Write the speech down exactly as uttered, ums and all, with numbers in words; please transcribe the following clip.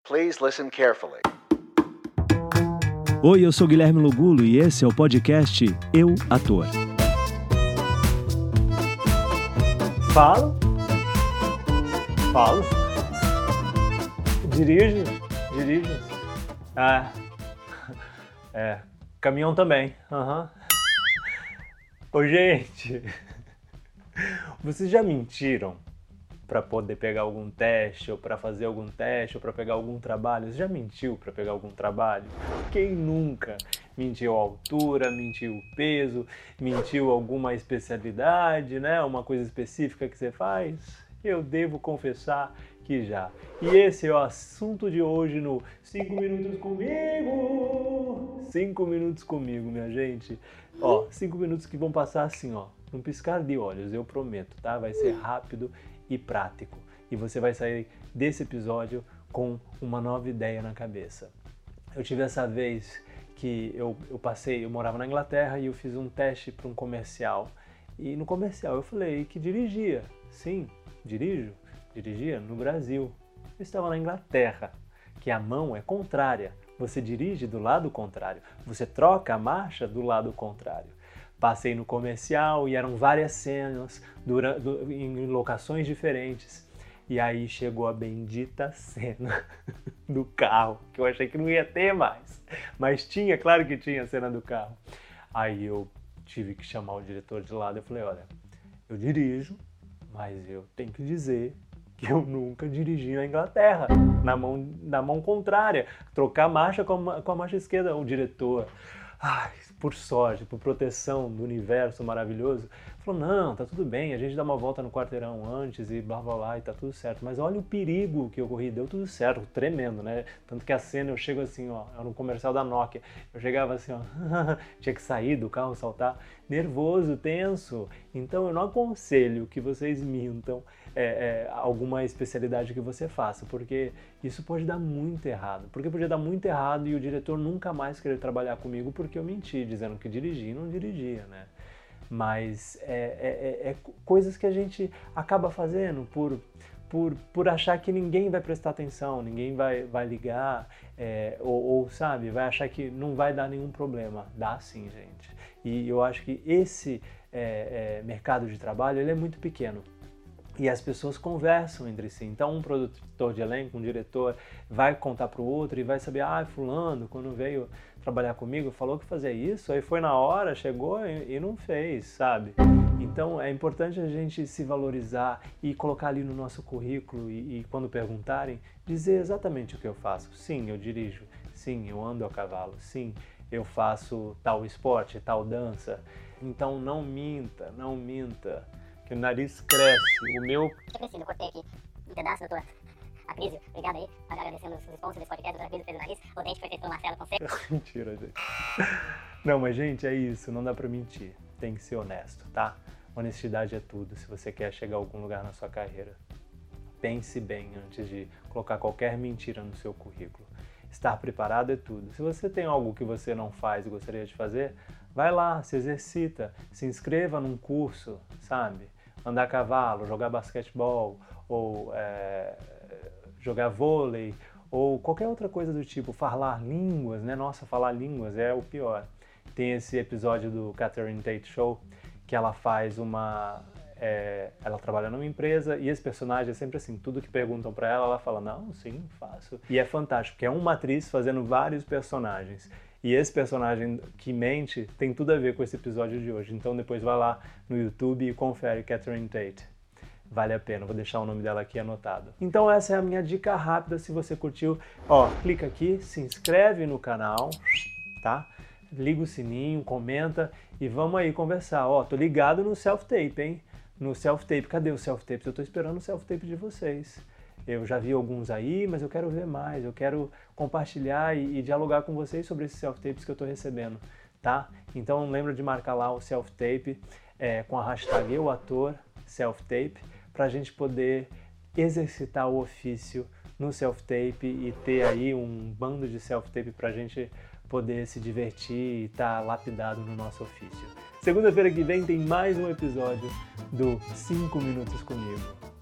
Please listen carefully. Oi, eu sou Guilherme Lugulo e esse é o podcast Eu, Ator. Falo? Falo? Dirige? Dirige? Ah, é, caminhão também. Aham. Ô, gente, vocês já mentiram para poder pegar algum teste, ou para fazer algum teste, ou para pegar algum trabalho? Você já mentiu para pegar algum trabalho? Quem nunca? Mentiu a altura, mentiu o peso, mentiu alguma especialidade, né? Uma coisa específica que você faz? Eu devo confessar que já. E esse é o assunto de hoje no cinco minutos comigo! cinco minutos comigo, minha gente. Ó, cinco minutos que vão passar assim, ó, num piscar de olhos, eu prometo, tá? Vai ser rápido e prático. E você vai sair desse episódio com uma nova ideia na cabeça. Eu tive essa vez que eu, eu passei, eu morava na Inglaterra e eu fiz um teste para um comercial. E no comercial eu falei que dirigia. Sim, dirijo. Dirigia no Brasil. Eu estava na Inglaterra, que a mão é contrária. Você dirige do lado contrário. Você troca a marcha do lado contrário. Passei no comercial e eram várias cenas durante, em locações diferentes. E aí chegou a bendita cena do carro, que eu achei que não ia ter mais. Mas tinha, claro que tinha a cena do carro. Aí eu tive que chamar o diretor de lado. Eu falei, olha, eu dirijo, mas eu tenho que dizer que eu nunca dirigi na Inglaterra, na mão, na mão contrária. Trocar a marcha com a, com a marcha esquerda. O diretor, ai, por sorte, por proteção do universo maravilhoso, falou, não, tá tudo bem, a gente dá uma volta no quarteirão antes e blá blá blá e tá tudo certo. Mas olha o perigo que ocorreu, deu tudo certo, tremendo, né? Tanto que a cena eu chego assim, ó, era um comercial da Nokia, eu chegava assim, ó, tinha que sair do carro, saltar, nervoso, tenso. Então eu não aconselho que vocês mintam é, é, alguma especialidade que você faça, porque isso pode dar muito errado. Porque podia dar muito errado e o diretor nunca mais querer trabalhar comigo porque eu menti, dizendo que dirigia e não dirigia, né? Mas é, é, é coisas que a gente acaba fazendo por, por, por achar que ninguém vai prestar atenção, ninguém vai, vai ligar, é, ou, ou, sabe, vai achar que não vai dar nenhum problema. Dá sim, gente. E eu acho que esse é, é, mercado de trabalho, ele é muito pequeno. E as pessoas conversam entre si. Então um produtor de elenco, um diretor, vai contar para o outro e vai saber, ah, fulano, quando veio trabalhar comigo, falou que fazia isso, aí foi na hora, chegou e, e não fez, sabe? Então é importante a gente se valorizar e colocar ali no nosso currículo e, e quando perguntarem, dizer exatamente o que eu faço. Sim, eu dirijo. Sim, eu ando a cavalo. Sim, eu faço tal esporte, tal dança. Então não minta, não minta. Que o nariz cresce, o meu... Tinha crescido, eu cortei aqui um pedaço, doutor. A Cris, obrigado aí, agradecendo os sponsors desse podcast, a doutora Cris fez o nariz, o dente foi feito pelo Marcelo Fonseca. Mentira, gente. Não, mas gente, é isso, não dá pra mentir, tem que ser honesto, tá? Honestidade é tudo, se você quer chegar a algum lugar na sua carreira. Pense bem antes de colocar qualquer mentira no seu currículo. Estar preparado é tudo. Se você tem algo que você não faz e gostaria de fazer, vai lá, se exercita, se inscreva num curso, sabe? Andar a cavalo, jogar basquetebol, ou é, jogar vôlei, ou qualquer outra coisa do tipo, falar línguas, né? Nossa, falar línguas é o pior. Tem esse episódio do Catherine Tate Show, que ela faz uma... É, ela trabalha numa empresa e esse personagem é sempre assim, tudo que perguntam pra ela, ela fala, não, sim, faço. E é fantástico, porque é uma atriz fazendo vários personagens. E esse personagem que mente tem tudo a ver com esse episódio de hoje. Então depois vai lá no YouTube e confere Catherine Tate. Vale a pena, vou deixar o nome dela aqui anotado. Então essa é a minha dica rápida, se você curtiu. Ó, clica aqui, se inscreve no canal, tá? Liga o sininho, comenta e vamos aí conversar. Ó, tô ligado no self-tape, hein? No self-tape, cadê o self-tape? Eu tô esperando o self-tape de vocês. Eu já vi alguns aí, mas eu quero ver mais, eu quero compartilhar e, e dialogar com vocês sobre esses self-tapes que eu estou recebendo, tá? Então lembra de marcar lá o self-tape é, com a hashtag EuAtor self-tape para a gente poder exercitar o ofício no self-tape e ter aí um bando de self-tape para a gente poder se divertir e estar tá lapidado no nosso ofício. Segunda-feira que vem tem mais um episódio do cinco minutos comigo.